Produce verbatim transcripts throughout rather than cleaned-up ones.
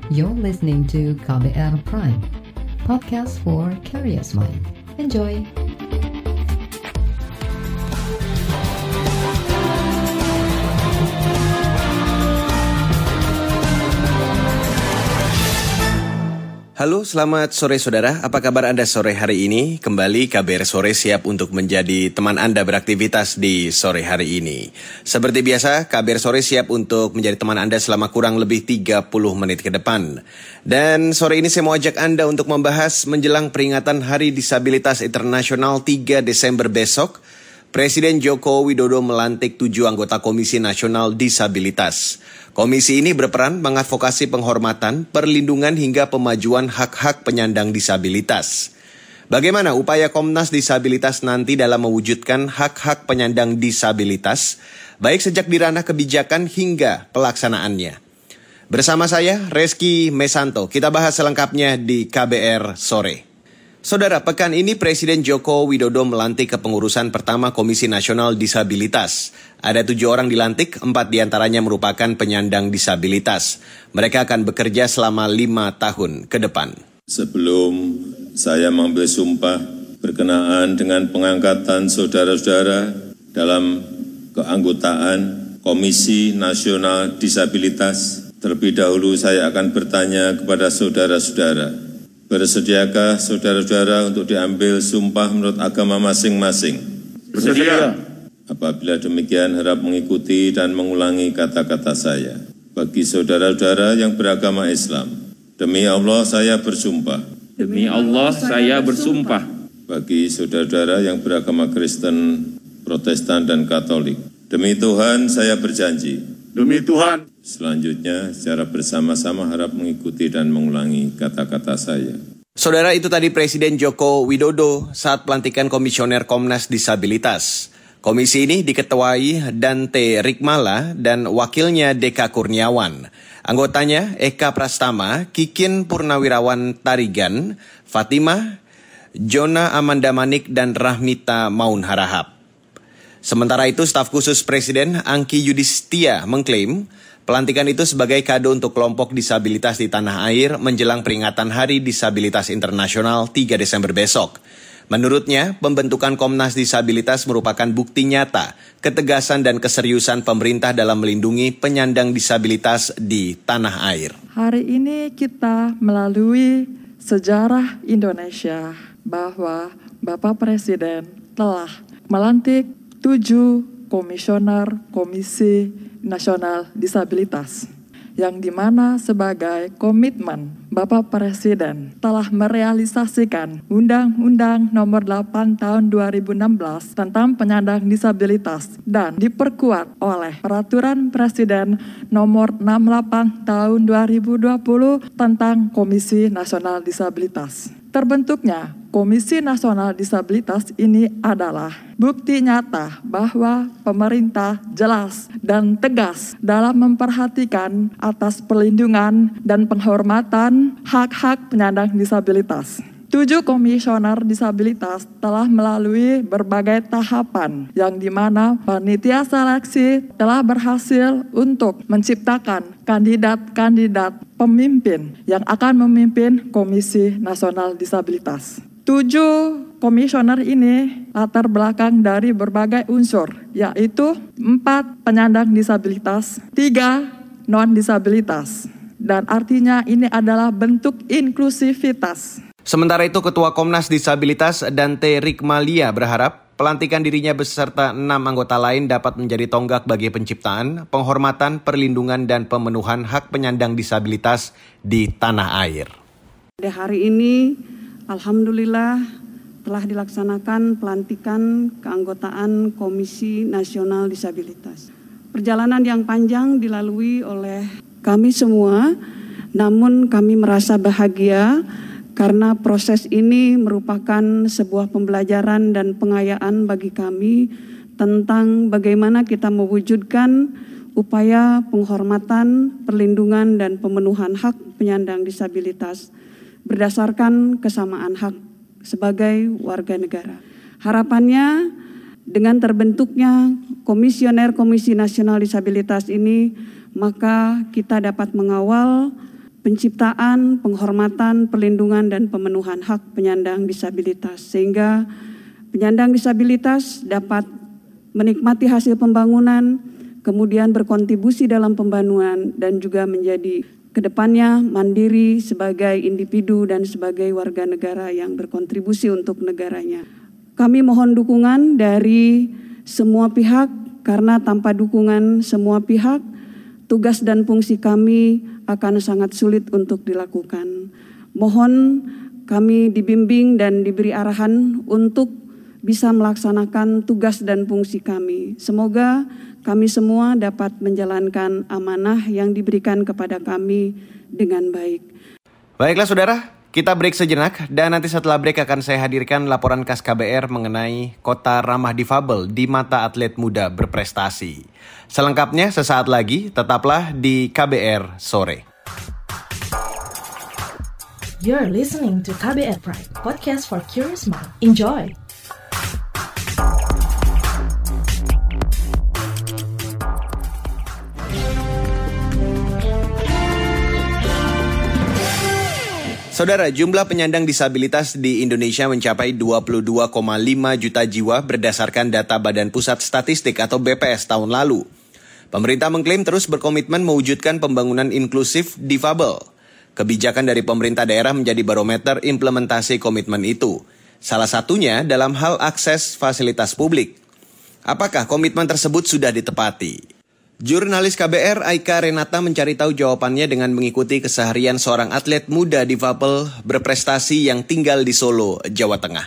You're listening to K B R Prime, podcast for curious mind. Enjoy! Halo, selamat sore saudara. Apa kabar Anda sore hari ini? Kembali K B R Sore siap untuk menjadi teman Anda beraktivitas di sore hari ini. Seperti biasa, K B R Sore siap untuk menjadi teman Anda selama kurang lebih tiga puluh menit ke depan. Dan sore ini saya mau ajak Anda untuk membahas menjelang peringatan Hari Disabilitas Internasional tiga Desember besok. Presiden Joko Widodo melantik tujuh anggota Komisi Nasional Disabilitas. Komisi ini berperan mengadvokasi penghormatan, perlindungan hingga pemajuan hak-hak penyandang disabilitas. Bagaimana upaya Komnas Disabilitas nanti dalam mewujudkan hak-hak penyandang disabilitas, baik sejak di ranah kebijakan hingga pelaksanaannya? Bersama saya, Reski Mesanto, kita bahas selengkapnya di K B R Sore. Saudara, pekan ini Presiden Joko Widodo melantik kepengurusan pertama Komisi Nasional Disabilitas. Ada tujuh orang dilantik, empat diantaranya merupakan penyandang disabilitas. Mereka akan bekerja selama lima tahun ke depan. Sebelum saya mengambil sumpah berkenaan dengan pengangkatan saudara-saudara dalam keanggotaan Komisi Nasional Disabilitas, terlebih dahulu saya akan bertanya kepada saudara-saudara. Bersediakah saudara-saudara untuk diambil sumpah menurut agama masing-masing? Bersedia. Apabila demikian, harap mengikuti dan mengulangi kata-kata saya. Bagi saudara-saudara yang beragama Islam, demi Allah saya bersumpah. Demi Allah saya bersumpah. Bagi saudara-saudara yang beragama Kristen, Protestan, dan Katolik, demi Tuhan saya berjanji. Demi Tuhan. Selanjutnya, secara bersama-sama harap mengikuti dan mengulangi kata-kata saya. Saudara, itu tadi Presiden Joko Widodo saat pelantikan Komisioner Komnas Disabilitas. Komisi ini diketuai Dante Rikmala dan wakilnya Deka Kurniawan. Anggotanya Eka Prastama, Kikin Purnawirawan Tarigan, Fatimah, Jona Amanda Manik, dan Rahmita Maun Harahap. Sementara itu, staf khusus Presiden Angki Yudhistia mengklaim pelantikan itu sebagai kado untuk kelompok disabilitas di tanah air menjelang peringatan Hari Disabilitas Internasional tiga Desember besok. Menurutnya, pembentukan Komnas Disabilitas merupakan bukti nyata ketegasan dan keseriusan pemerintah dalam melindungi penyandang disabilitas di tanah air. Hari ini kita melalui sejarah Indonesia bahwa Bapak Presiden telah melantik tujuh komisioner Komisi Nasional Disabilitas, yang dimana sebagai komitmen Bapak Presiden telah merealisasikan Undang-Undang Nomor delapan Tahun dua ribu enam belas tentang penyandang disabilitas dan diperkuat oleh Peraturan Presiden Nomor enam puluh delapan Tahun dua ribu dua puluh tentang Komisi Nasional Disabilitas. Terbentuknya Komisi Nasional Disabilitas ini adalah bukti nyata bahwa pemerintah jelas dan tegas dalam memperhatikan atas perlindungan dan penghormatan hak-hak penyandang disabilitas. Tujuh komisioner disabilitas telah melalui berbagai tahapan yang dimana panitia seleksi telah berhasil untuk menciptakan kandidat-kandidat pemimpin yang akan memimpin Komisi Nasional Disabilitas. Tujuh komisioner ini latar belakang dari berbagai unsur, yaitu empat penyandang disabilitas, tiga non-disabilitas. Dan artinya ini adalah bentuk inklusivitas. Sementara itu, Ketua Komnas Disabilitas Dante Rikmalia berharap pelantikan dirinya beserta enam anggota lain dapat menjadi tonggak bagi penciptaan, penghormatan, perlindungan, dan pemenuhan hak penyandang disabilitas di tanah air. Pada hari ini, alhamdulillah telah dilaksanakan pelantikan keanggotaan Komisi Nasional Disabilitas. Perjalanan yang panjang dilalui oleh kami semua, namun kami merasa bahagia karena proses ini merupakan sebuah pembelajaran dan pengayaan bagi kami tentang bagaimana kita mewujudkan upaya penghormatan, perlindungan, dan pemenuhan hak penyandang disabilitas berdasarkan kesamaan hak sebagai warga negara. Harapannya dengan terbentuknya Komisioner Komisi Nasional Disabilitas ini, maka kita dapat mengawal penciptaan, penghormatan, perlindungan, dan pemenuhan hak penyandang disabilitas, sehingga penyandang disabilitas dapat menikmati hasil pembangunan, kemudian berkontribusi dalam pembangunan, dan juga menjadi kedepannya mandiri sebagai individu dan sebagai warga negara yang berkontribusi untuk negaranya. Kami mohon dukungan dari semua pihak, karena tanpa dukungan semua pihak, tugas dan fungsi kami akan sangat sulit untuk dilakukan. Mohon kami dibimbing dan diberi arahan untuk bisa melaksanakan tugas dan fungsi kami. Semoga kami semua dapat menjalankan amanah yang diberikan kepada kami dengan baik. Baiklah saudara, kita break sejenak dan nanti setelah break akan saya hadirkan laporan khas K B R mengenai kota ramah difabel di mata atlet muda berprestasi. Selengkapnya sesaat lagi, tetaplah di K B R Sore. You're listening to K B R Pride, podcast for curious mind. Enjoy! Saudara, jumlah penyandang disabilitas di Indonesia mencapai dua puluh dua koma lima juta jiwa berdasarkan data Badan Pusat Statistik atau B P S tahun lalu. Pemerintah mengklaim terus berkomitmen mewujudkan pembangunan inklusif difabel. Kebijakan dari pemerintah daerah menjadi barometer implementasi komitmen itu. Salah satunya dalam hal akses fasilitas publik. Apakah komitmen tersebut sudah ditepati? Jurnalis K B R Aika Renata mencari tahu jawabannya dengan mengikuti keseharian seorang atlet muda difabel berprestasi yang tinggal di Solo, Jawa Tengah.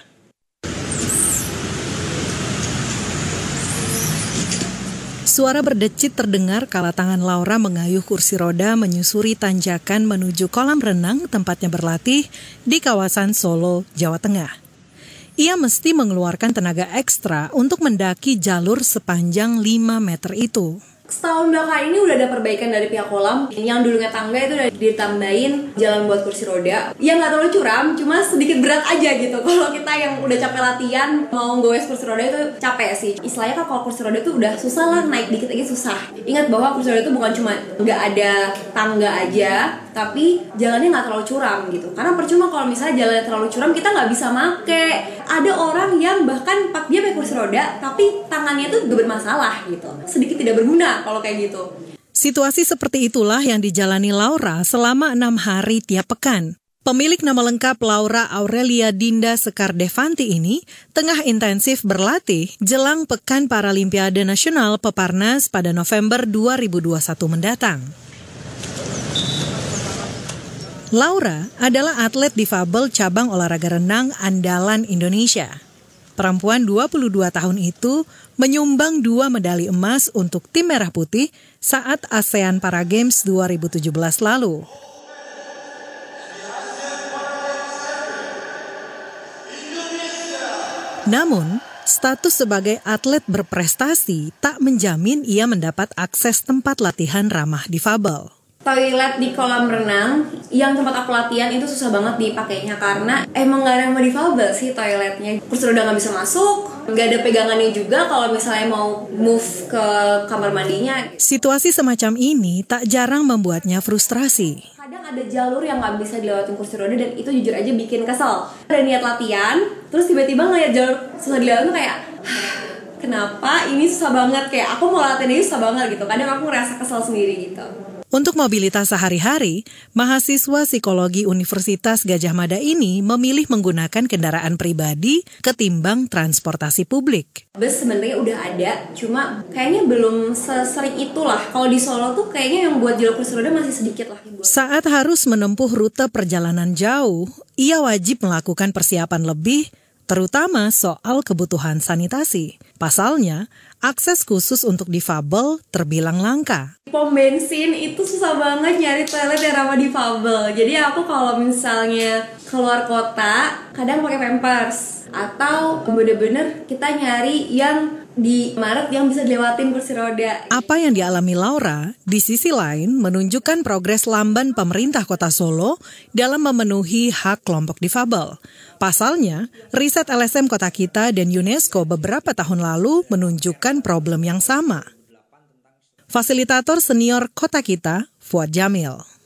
Suara berdecit terdengar kala tangan Laura mengayuh kursi roda menyusuri tanjakan menuju kolam renang tempatnya berlatih di kawasan Solo, Jawa Tengah. Ia mesti mengeluarkan tenaga ekstra untuk mendaki jalur sepanjang lima meter itu. Setahun belakangan ini udah ada perbaikan dari pihak kolam. Yang dulunya tangga itu udah ditambahin jalan buat kursi roda. Yang nggak terlalu curam, cuma sedikit berat aja gitu. Kalau kita yang udah capek latihan, mau goes kursi roda itu capek sih. Istilahnya kan kalau kursi roda itu udah susah lah, naik dikit lagi susah. Ingat bahwa kursi roda itu bukan cuma nggak ada tangga aja, tapi jalannya nggak terlalu curam gitu. Karena percuma kalau misalnya jalannya terlalu curam, kita nggak bisa make. Ada orang yang bahkan pak dia pakai kursi roda, tapi tangannya itu juga bermasalah gitu. Sedikit tidak berguna kalau kayak gitu. Situasi seperti itulah yang dijalani Laura selama enam hari tiap pekan. Pemilik nama lengkap Laura Aurelia Dinda Sekar Devanti ini tengah intensif berlatih jelang Pekan Paralimpiade Nasional Peparnas pada November dua ribu dua puluh satu mendatang. Laura adalah atlet difabel cabang olahraga renang andalan Indonesia. Perempuan dua puluh dua tahun itu menyumbang dua medali emas untuk tim Merah Putih saat ASEAN Para Games dua ribu tujuh belas lalu. Namun, status sebagai atlet berprestasi tak menjamin ia mendapat akses tempat latihan ramah difabel. Toilet di kolam renang yang tempat aku latihan itu susah banget dipakainya karena emang gak ramah difabel sih toiletnya. Kursi roda gak bisa masuk, gak ada pegangannya juga kalau misalnya mau move ke kamar mandinya. Situasi semacam ini tak jarang membuatnya frustrasi. Kadang ada jalur yang gak bisa dilewatin kursi roda dan itu jujur aja bikin kesel. Ada niat latihan, terus tiba-tiba ngeliat jalur susah dilewatin tuh kayak kenapa ini susah banget, kayak aku mau latihan ini susah banget gitu. Kadang aku ngerasa kesel sendiri gitu. Untuk mobilitas sehari-hari, mahasiswa psikologi Universitas Gadjah Mada ini memilih menggunakan kendaraan pribadi ketimbang transportasi publik. Bus sebenarnya udah ada, cuma kayaknya belum sesering itulah. Kalau di Solo tuh kayaknya yang buat jalur kursi roda masih sedikit lah. Saat harus menempuh rute perjalanan jauh, ia wajib melakukan persiapan lebih, terutama soal kebutuhan sanitasi. Pasalnya, akses khusus untuk difabel terbilang langka. Pom bensin itu susah banget nyari toilet yang ramah difabel. Jadi aku kalau misalnya keluar kota, kadang pakai Pampers. Atau bener-bener kita nyari yang di Maret yang bisa dilewatin kursi roda. Apa yang dialami Laura, di sisi lain menunjukkan progres lamban pemerintah kota Solo dalam memenuhi hak kelompok difabel. Pasalnya, riset L S M Kota Kita dan UNESCO beberapa tahun lalu menunjukkan problem yang sama. Fasilitator senior Kota Kita, Fuad Jamil.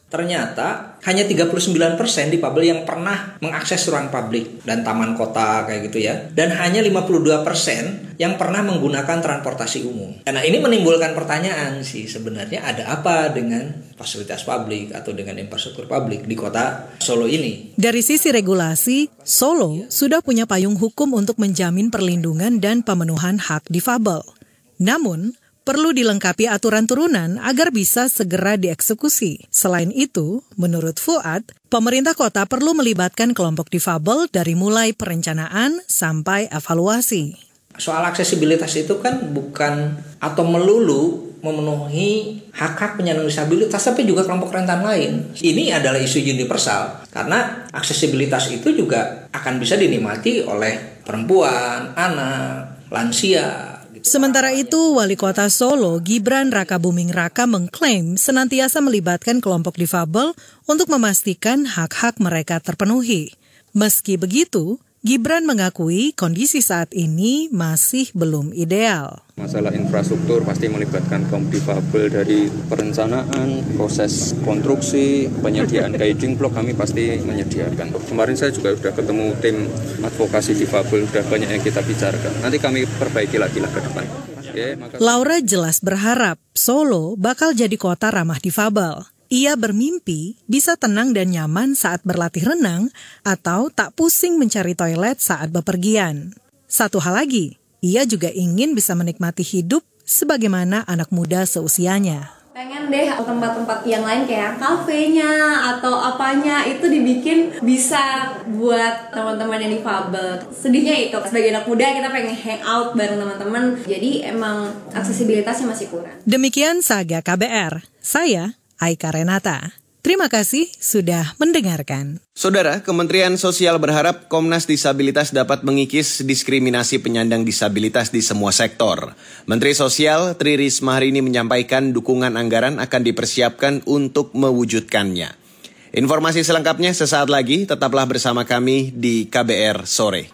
Ternyata hanya tiga puluh sembilan persen difabel yang pernah mengakses ruang publik dan taman kota kayak gitu ya. Dan hanya lima puluh dua persen yang pernah menggunakan transportasi umum. Nah, ini menimbulkan pertanyaan sih, sebenarnya ada apa dengan fasilitas publik atau dengan infrastruktur publik di kota Solo ini? Dari sisi regulasi, Solo sudah punya payung hukum untuk menjamin perlindungan dan pemenuhan hak difabel. Namun, perlu dilengkapi aturan turunan agar bisa segera dieksekusi. Selain itu, menurut Fuad, pemerintah kota perlu melibatkan kelompok difabel dari mulai perencanaan sampai evaluasi. Soal aksesibilitas itu kan bukan atau melulu memenuhi hak-hak penyandang disabilitas, tapi juga kelompok rentan lain. Ini adalah isu universal, karena aksesibilitas itu juga akan bisa dinikmati oleh perempuan, anak, lansia. Sementara itu, Wali Kota Solo, Gibran Rakabuming Raka mengklaim senantiasa melibatkan kelompok difabel untuk memastikan hak-hak mereka terpenuhi. Meski begitu, Gibran mengakui kondisi saat ini masih belum ideal. Masalah infrastruktur pasti melibatkan kaum difabel dari perencanaan, proses konstruksi, penyediaan guiding block kami pasti menyediakan. Kemarin saya juga sudah ketemu tim advokasi difabel, sudah banyak yang kita bicarakan. Nanti kami perbaiki lagi lah ke depan. Oke, makasih. Laura jelas berharap Solo bakal jadi kota ramah difabel. Ia bermimpi bisa tenang dan nyaman saat berlatih renang atau tak pusing mencari toilet saat bepergian. Satu hal lagi, ia juga ingin bisa menikmati hidup sebagaimana anak muda seusianya. Pengen deh tempat-tempat yang lain kayak kafenya atau apanya itu dibikin bisa buat teman-teman yang difabel. Sedihnya itu sebagai anak muda kita pengen hang out bareng teman-teman, jadi emang aksesibilitasnya masih kurang. Demikian Saga K B R. Saya Aika Renata. Terima kasih sudah mendengarkan. Saudara, Kementerian Sosial berharap Komnas Disabilitas dapat mengikis diskriminasi penyandang disabilitas di semua sektor. Menteri Sosial Tri Risma hari ini menyampaikan dukungan anggaran akan dipersiapkan untuk mewujudkannya. Informasi selengkapnya sesaat lagi, tetaplah bersama kami di K B R Sore.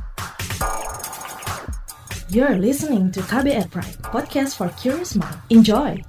You're listening to K B R Pride, podcast for curious mind. Enjoy!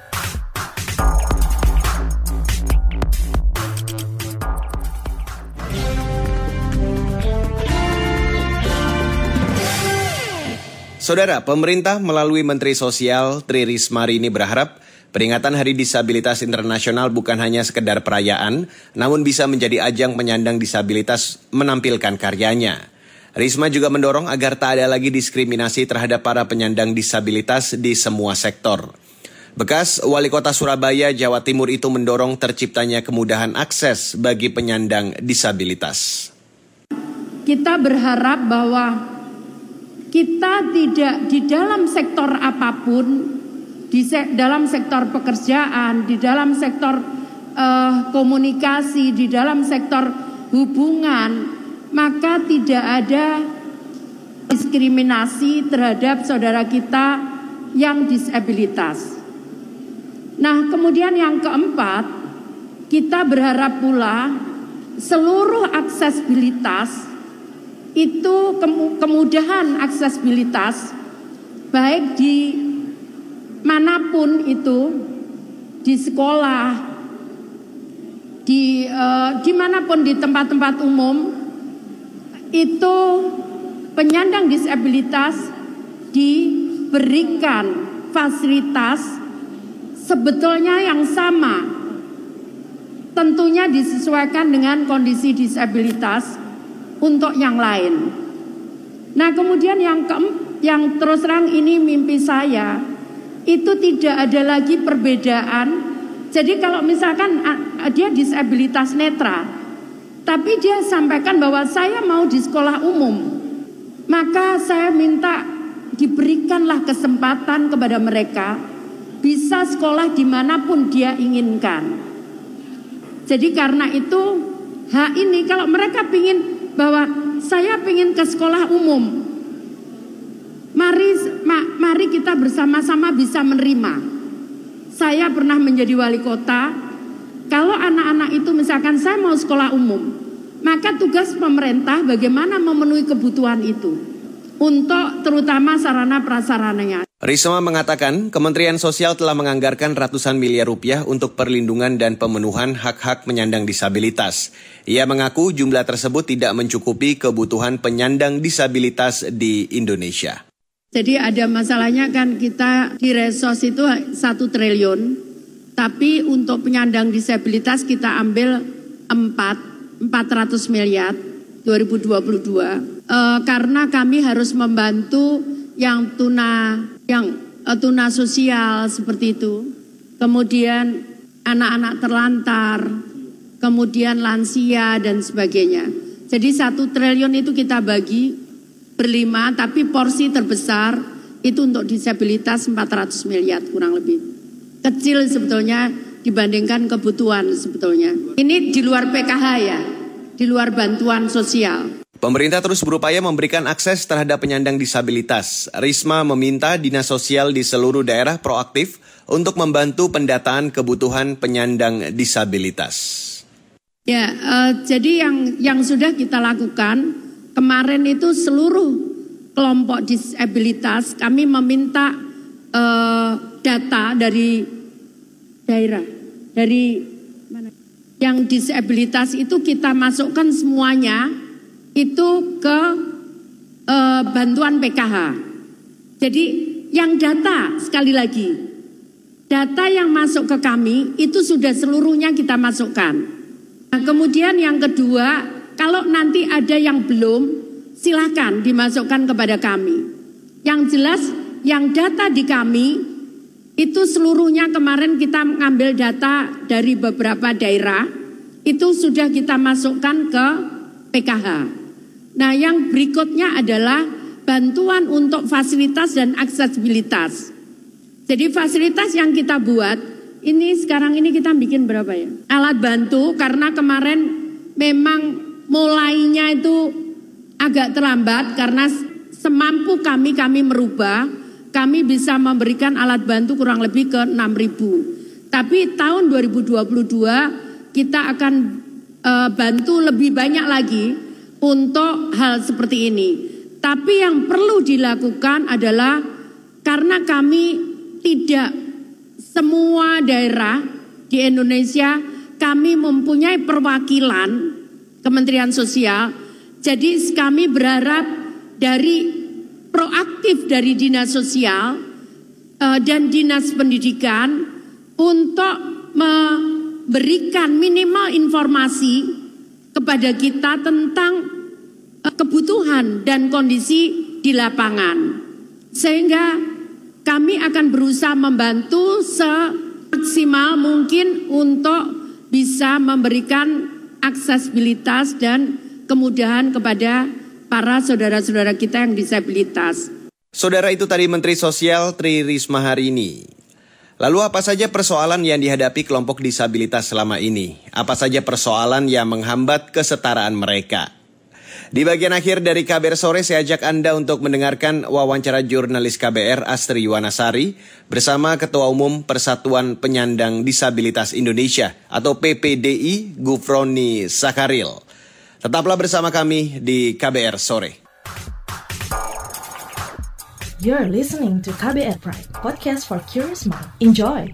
Saudara, pemerintah melalui Menteri Sosial Tri Risma hari ini berharap peringatan Hari Disabilitas Internasional bukan hanya sekedar perayaan, namun bisa menjadi ajang penyandang disabilitas menampilkan karyanya. Risma juga mendorong agar tak ada lagi diskriminasi terhadap para penyandang disabilitas di semua sektor. Bekas Wali Kota Surabaya, Jawa Timur itu mendorong terciptanya kemudahan akses bagi penyandang disabilitas. Kita berharap bahwa kita tidak di dalam sektor apapun, di se- dalam sektor pekerjaan, di dalam sektor uh, komunikasi, di dalam sektor hubungan, maka tidak ada diskriminasi terhadap saudara kita yang disabilitas. Nah, kemudian yang keempat, kita berharap pula seluruh aksesibilitas itu kemudahan aksesibilitas baik di manapun itu, di sekolah, di uh, dimanapun di tempat-tempat umum, itu penyandang disabilitas diberikan fasilitas sebetulnya yang sama, tentunya disesuaikan dengan kondisi disabilitas untuk yang lain. Nah, kemudian yang ke, yang terus terang ini mimpi saya, itu tidak ada lagi perbedaan. Jadi kalau misalkan dia disabilitas netra, tapi dia sampaikan bahwa saya mau di sekolah umum, maka saya minta diberikanlah kesempatan kepada mereka bisa sekolah dimanapun dia inginkan. Jadi karena itu hak ini kalau mereka pingin bahwa saya ingin ke sekolah umum, mari ma, mari kita bersama-sama bisa menerima. Saya pernah menjadi wali kota, kalau anak-anak itu misalkan saya mau sekolah umum, maka tugas pemerintah bagaimana memenuhi kebutuhan itu untuk terutama sarana prasarananya. Risma mengatakan Kementerian Sosial telah menganggarkan ratusan miliar rupiah untuk perlindungan dan pemenuhan hak-hak penyandang disabilitas. Ia mengaku jumlah tersebut tidak mencukupi kebutuhan penyandang disabilitas di Indonesia. Jadi ada masalahnya kan kita di Resos itu satu triliun, tapi untuk penyandang disabilitas kita ambil empat, empat ratus miliar dua ribu dua puluh dua. E, karena kami harus membantu yang tuna yang uh, tuna sosial seperti itu, kemudian anak-anak terlantar, kemudian lansia dan sebagainya. Jadi satu triliun itu kita bagi berlima, tapi porsi terbesar itu untuk disabilitas empat ratus miliar kurang lebih. Kecil sebetulnya dibandingkan kebutuhan sebetulnya. Ini di luar P K H ya, di luar bantuan sosial. Pemerintah terus berupaya memberikan akses terhadap penyandang disabilitas. Risma meminta dinas sosial di seluruh daerah proaktif untuk membantu pendataan kebutuhan penyandang disabilitas. Ya, uh, jadi yang yang sudah kita lakukan kemarin itu seluruh kelompok disabilitas kami meminta uh, data dari daerah, dari mana? Yang disabilitas itu kita masukkan semuanya itu ke e, bantuan P K H. Jadi yang data, sekali lagi, data yang masuk ke kami itu sudah seluruhnya kita masukkan. Nah, kemudian yang kedua, kalau nanti ada yang belum, silakan dimasukkan kepada kami. Yang jelas, yang data di kami itu seluruhnya kemarin kita mengambil data dari beberapa daerah, itu sudah kita masukkan ke P K H. Nah, yang berikutnya adalah bantuan untuk fasilitas dan aksesibilitas. Jadi fasilitas yang kita buat, ini sekarang ini kita bikin berapa ya? Alat bantu, karena kemarin memang mulainya itu agak terlambat, karena semampu kami, kami merubah, kami bisa memberikan alat bantu kurang lebih ke enam ribu. Tapi tahun dua ribu dua puluh dua kita akan uh, bantu lebih banyak lagi untuk hal seperti ini. Tapi yang perlu dilakukan adalah karena kami tidak semua daerah di Indonesia kami mempunyai perwakilan Kementerian Sosial. Jadi kami berharap dari proaktif dari Dinas Sosial uh, dan Dinas Pendidikan untuk memberikan minimal informasi kepada kita tentang kebutuhan dan kondisi di lapangan. Sehingga kami akan berusaha membantu semaksimal mungkin untuk bisa memberikan aksesibilitas dan kemudahan kepada para saudara-saudara kita yang disabilitas. Saudara, itu tadi Menteri Sosial Tri Risma hari ini. Lalu apa saja persoalan yang dihadapi kelompok disabilitas selama ini? Apa saja persoalan yang menghambat kesetaraan mereka? Di bagian akhir dari K B R Sore, saya ajak Anda untuk mendengarkan wawancara jurnalis K B R Astri Yuwanasari bersama Ketua Umum Persatuan Penyandang Disabilitas Indonesia atau P P D I, Gufroni Sakaril. Tetaplah bersama kami di K B R Sore. You're listening to K B R Pride, podcast for curious mind. Enjoy!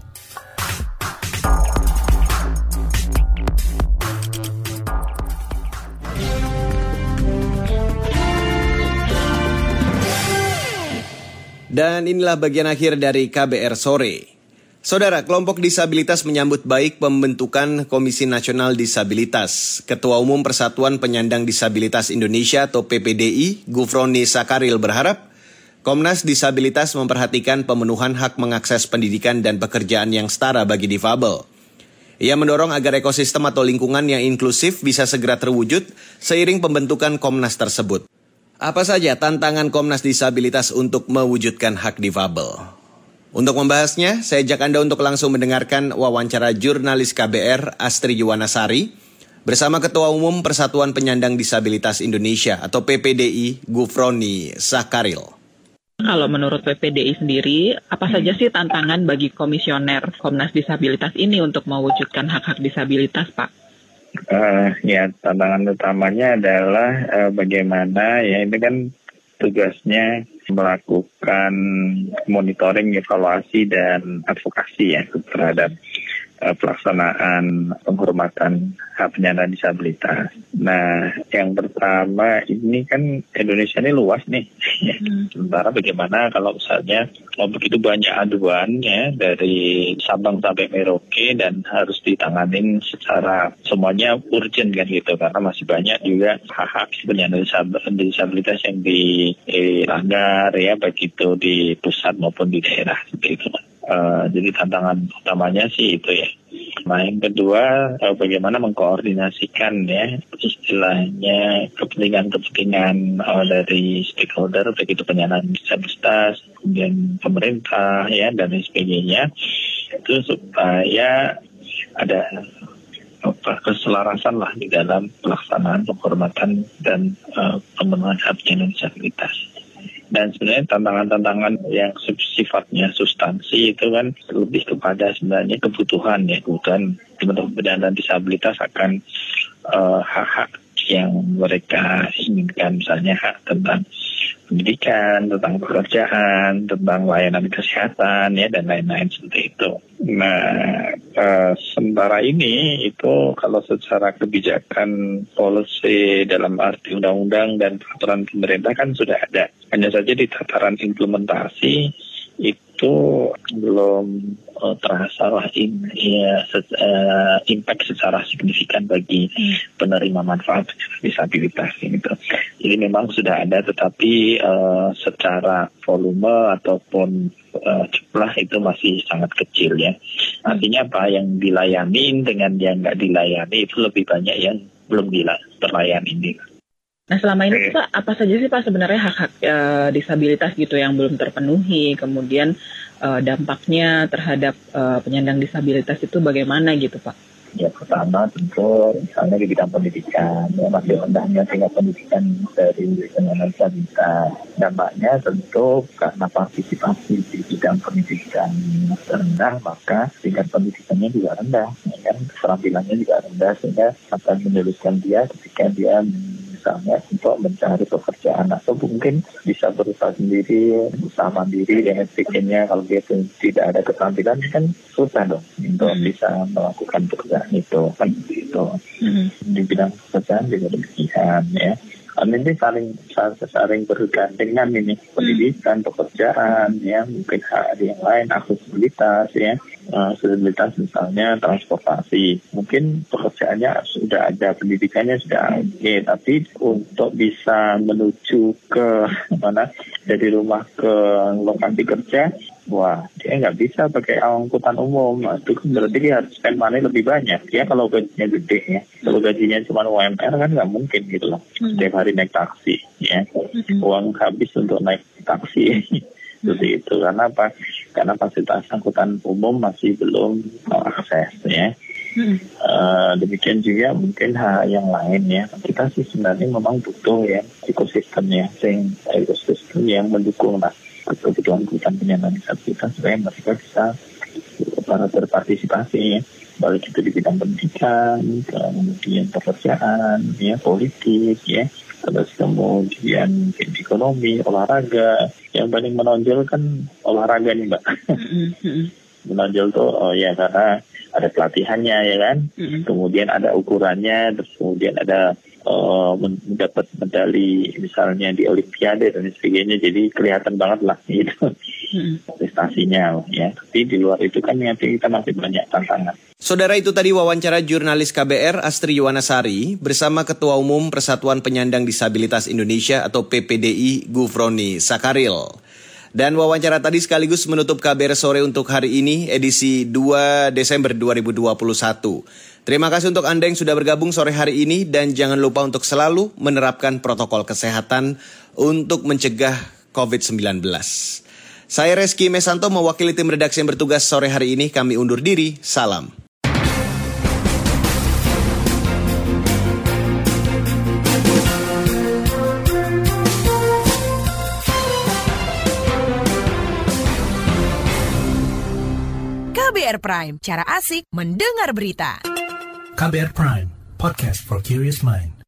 Dan inilah bagian akhir dari K B R Sore. Saudara, kelompok disabilitas menyambut baik pembentukan Komisi Nasional Disabilitas. Ketua Umum Persatuan Penyandang Disabilitas Indonesia atau P P D I, Gufroni Sakaril berharap Komnas Disabilitas memperhatikan pemenuhan hak mengakses pendidikan dan pekerjaan yang setara bagi difabel. Ia mendorong agar ekosistem atau lingkungan yang inklusif bisa segera terwujud seiring pembentukan Komnas tersebut. Apa saja tantangan Komnas Disabilitas untuk mewujudkan hak difabel? Untuk membahasnya, saya ajak Anda untuk langsung mendengarkan wawancara jurnalis K B R Astri Yuwanasari bersama Ketua Umum Persatuan Penyandang Disabilitas Indonesia atau P P D I, Gufroni Sakaril. Kalau menurut P P D I sendiri, apa saja sih tantangan bagi komisioner Komnas Disabilitas ini untuk mewujudkan hak-hak disabilitas, Pak? Uh, ya, tantangan utamanya adalah uh, bagaimana, ya ini kan tugasnya melakukan monitoring, evaluasi, dan advokasi ya terhadap uh, pelaksanaan penghormatan hak penyandang disabilitas. Nah, yang pertama ini kan Indonesia ini luas nih. Hmm. Sementara bagaimana kalau misalnya oh, begitu banyak aduan ya dari Sabang sampai Merauke dan harus ditanganin secara semuanya urgent kan gitu, karena masih banyak juga hak-hak penyandang disabilitas yang dilanggar ya, baik itu di pusat maupun di daerah seperti itu. Uh, jadi tantangan utamanya sih itu ya. Nah, yang kedua, uh, bagaimana mengkoordinasikan ya istilahnya kepentingan-kepentingan uh, dari stakeholder, baik itu penyandang disabilitas, kemudian pemerintah ya dan lain sebagainya, itu supaya ada apa, keselarasan lah di dalam pelaksanaan penghormatan dan uh, pemenuhan hak penyandang disabilitas. Dan sebenarnya tantangan-tantangan yang sifatnya substansi itu kan lebih kepada sebenarnya kebutuhan ya, kebutuhan teman-teman penyandang disabilitas akan uh, hak-hak yang mereka inginkan, misalnya hak tentang pendidikan, tentang pekerjaan, tentang layanan kesehatan ya dan lain-lain seperti itu. Nah, uh, sementara ini itu kalau secara kebijakan policy dalam arti undang-undang dan peraturan pemerintah kan sudah ada. Hanya saja di tataran implementasi itu belum uh, terasa lah in, ya, se- uh, impact secara signifikan bagi hmm. penerima manfaat disabilitas gitu. Jadi memang sudah ada, tetapi uh, secara volume ataupun uh, jumlah itu masih sangat kecil ya. Artinya apa, yang dilayani dengan yang nggak dilayani itu lebih banyak yang belum terlayani gitu. Nah, selama ini Pak, apa saja sih Pak sebenarnya hak-hak e, disabilitas gitu yang belum terpenuhi, kemudian e, dampaknya terhadap e, penyandang disabilitas itu bagaimana gitu Pak? Ya, pertama tentu misalnya di bidang pendidikan, ya, masih rendahnya tingkat pendidikan dari penyandang disabilitas. Dampaknya tentu karena partisipasi di bidang pendidikan rendah, maka tingkat pendidikannya juga rendah, ya kan? Keterampilannya juga rendah, sehingga akan menyulitkan dia ketika dia misalnya untuk mencari pekerjaan atau mungkin bisa berusaha sendiri, usaha mandiri dan sebagainya. Kalau dia tidak ada keterampilan kan susah dong untuk mm-hmm. bisa melakukan pekerjaan itu kan gitu. Mm-hmm. Di bidang pekerjaan juga demikian ya. Ini saling saling bergandengan ini, pendidikan, pekerjaan ya, mungkin hal yang lain, aksesibilitas ya. Aksesibilitas misalnya transportasi, mungkin pekerjaannya sudah ada, pendidikannya sudah oke, okay, tapi untuk bisa menuju ke mana dari rumah ke lokasi kerja, wah dia nggak bisa pakai angkutan umum. Itu berarti dia harus spend money lebih banyak ya kalau gajinya gede ya. Kalau gajinya cuma U M R kan nggak mungkin gitu loh, setiap hari naik taksi ya, uang habis untuk naik taksi. Seperti itu. Karena apa? Karena fasilitas angkutan umum masih belum akses ya. Hmm. Uh, demikian juga mungkin hal yang lain ya. Kita sih sebenarnya memang butuh ya ekosistemnya, sing ekosistem yang mendukung lah kebutuhan-kebutuhan penyandang disabilitas supaya mereka bisa para berpartisipasi ya. Baik itu di bidang pendidikan, kemudian pekerjaan, ya politik ya. Terus kemudian ekonomi, olahraga. Yang paling menonjol kan olahraga nih Mbak. Mm-hmm. Menonjol tuh oh ya karena ada pelatihannya ya kan. Mm-hmm. Kemudian ada ukurannya, terus kemudian ada uh, mendapat medali misalnya di Olimpiade dan sebagainya. Jadi kelihatan banget lah gitu mm-hmm. prestasinya ya. Tapi di luar itu kan nanti kita masih banyak tantangan. Saudara, itu tadi wawancara jurnalis K B R Astri Yuwanasari bersama Ketua Umum Persatuan Penyandang Disabilitas Indonesia atau P P D I Gufroni Sakaril. Dan wawancara tadi sekaligus menutup K B R Sore untuk hari ini edisi dua Desember dua ribu dua puluh satu. Terima kasih untuk Anda yang sudah bergabung sore hari ini dan jangan lupa untuk selalu menerapkan protokol kesehatan untuk mencegah covid sembilan belas. Saya Reski Mesanto mewakili tim redaksi yang bertugas sore hari ini. Kami undur diri. Salam. K B R Prime, cara asik mendengar berita. K B R Prime, podcast for curious mind.